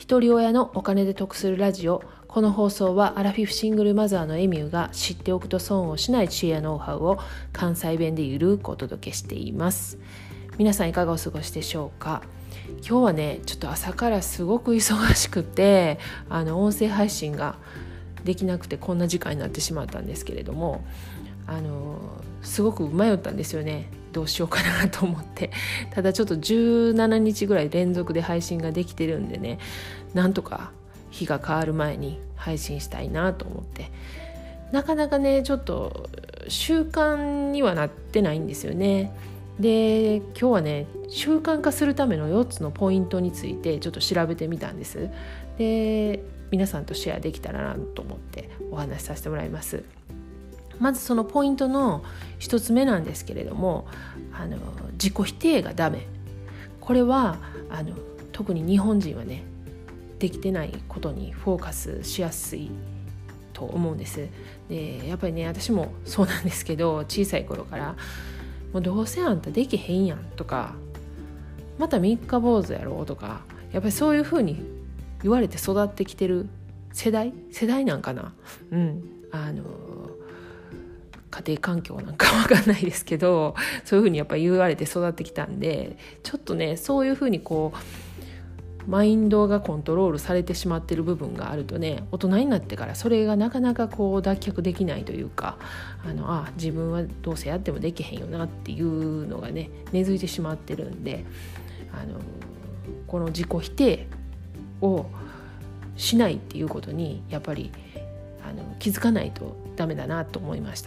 一人親のお金で得するラジオ。この放送はアラフィフシングルマザーのエミューが知っておくと損をしない知恵やノウハウを関西弁でゆるくお届けしています。皆さんいかがお過ごしでしょうか。今日はねちょっと朝からすごく忙しくて音声配信ができなくてこんな時間になってしまったんですけれども、すごく迷ったんですよね。どうしようかなと思って。ただちょっと17日ぐらい連続で配信ができてるんでね、なんとか日が変わる前に配信したいなと思って、なかなかねちょっと習慣にはなってないんですよね。で今日はね習慣化するための4つのポイントについてちょっと調べてみたんです。で皆さんとシェアできたらなと思ってお話しさせてもらいます。まずそのポイントの一つ目なんですけれども、自己否定がダメ。これは特に日本人はねできてないことにフォーカスしやすいと思うんです。でやっぱりね私もそうなんですけど、小さい頃からもうどうせあんたできへんやんとか、また三日坊主やろうとか、やっぱりそういう風に言われて育ってきてる世代なんかな。家庭環境なんかわかんないですけど、そういう風にやっぱり言われて育ってきたんで、ちょっとねそういう風にこうマインドがコントロールされてしまってる部分があるとね、大人になってからそれがなかなかこう脱却できないというか、自分はどうせやってもできへんよなっていうのがね根付いてしまってるんで、この自己否定をしないっていうことにやっぱり気づかないとダメだなと思いました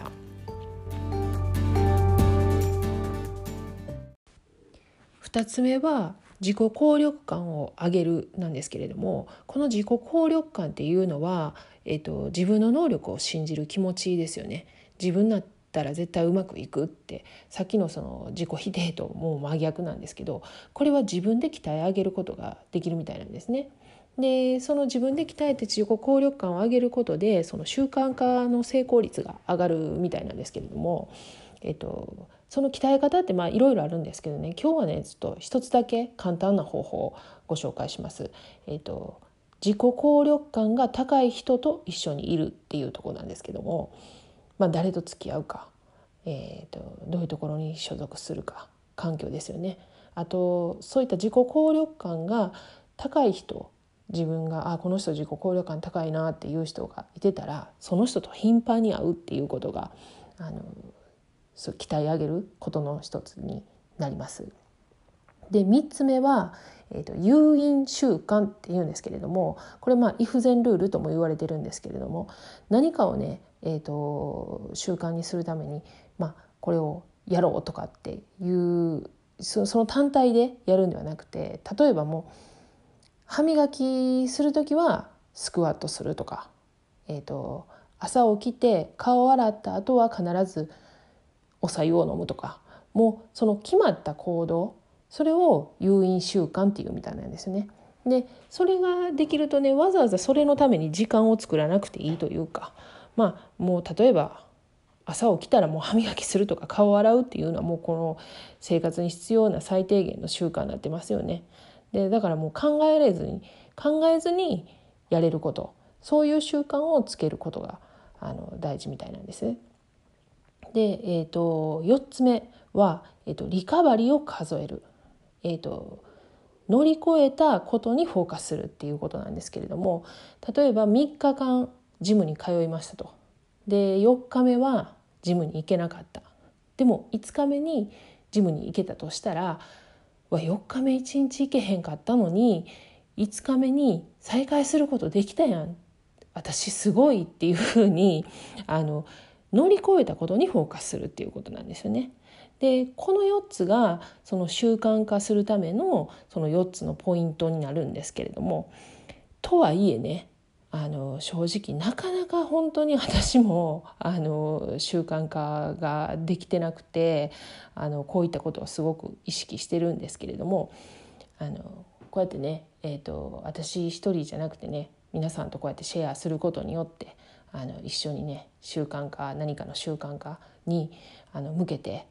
。2つ目は自己効力感を上げるなんですけれども、この自己効力感っていうのは、自分の能力を信じる気持ちですよね。自分だったら絶対うまくいくって、さっきのその自己否定ともう真逆なんですけど、これは自分で鍛え上げることができるみたいなんですね。でその自分で鍛えて自己効力感を上げることでその習慣化の成功率が上がるみたいなんですけれども、その鍛え方っていろいろあるんですけどね、今日はねちょっと一つだけ簡単な方法をご紹介します。自己効力感が高い人と一緒にいるっていうところなんですけども、誰と付き合うか、どういうところに所属するか、環境ですよね。あとそういった自己効力感が高い人、自分がこの人自己効力感高いなっていう人がいてたら、その人と頻繁に会うっていうことが鍛え上げることの一つになります。で3つ目は、誘引習慣っていうんですけれども、これイフゼンルールとも言われてるんですけれども、何かをね、習慣にするために、これをやろうとかっていうその単体でやるんではなくて、例えばもう歯磨きするときはスクワットするとか、朝起きて顔を洗った後は必ずお白湯を飲むとか、もうその決まった行動、それを誘引習慣っていうみたいなんですね。でそれができるとね、わざわざそれのために時間を作らなくていいというか、もう例えば朝起きたらもう歯磨きするとか顔を洗うっていうのはもうこの生活に必要な最低限の習慣になってますよね。でだからもう考えずにやれること、そういう習慣をつけることが大事みたいなんです。で、4つ目は、リカバリーを数える、乗り越えたことにフォーカスするっていうことなんですけれども、例えば3日間ジムに通いましたと。で4日目はジムに行けなかった。でも5日目にジムに行けたとしたら、4日目1日行けへんかったのに5日目に再開することできたやん、私すごいっていうふうに乗り越えたことにフォーカスするっていうことなんですよね。でこの4つがその習慣化するためのその4つのポイントになるんですけれども、とはいえね、正直なかなか本当に私も習慣化ができてなくて、こういったことをすごく意識してるんですけれども、こうやってね、私一人じゃなくてね、皆さんとこうやってシェアすることによって一緒にね何かの習慣化に向けて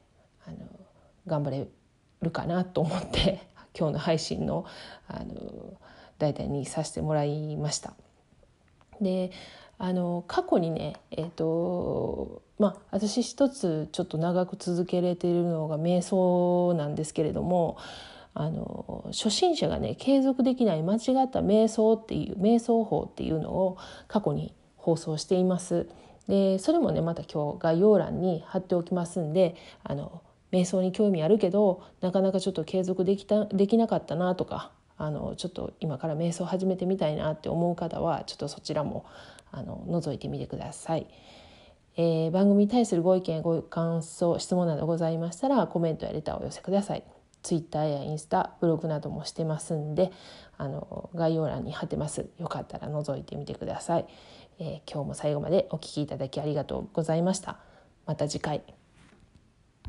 頑張れるかなと思って今日の配信の大体にさせてもらいました。で過去にね私一つちょっと長く続けれているのが瞑想なんですけれども、初心者がね継続できない間違った瞑想法っていうのを過去に放送しています。でそれもねまた今日概要欄に貼っておきますんで、瞑想に興味あるけどなかなかちょっと継続できなかったなとか、ちょっと今から瞑想始めてみたいなって思う方はちょっとそちらも覗いてみてください。番組に対するご意見ご感想質問などございましたらコメントやレターをお寄せください。ツイッターやインスタブログなどもしてますんで概要欄に貼ってます。よかったら覗いてみてください。今日も最後までお聞きいただきありがとうございました。また次回。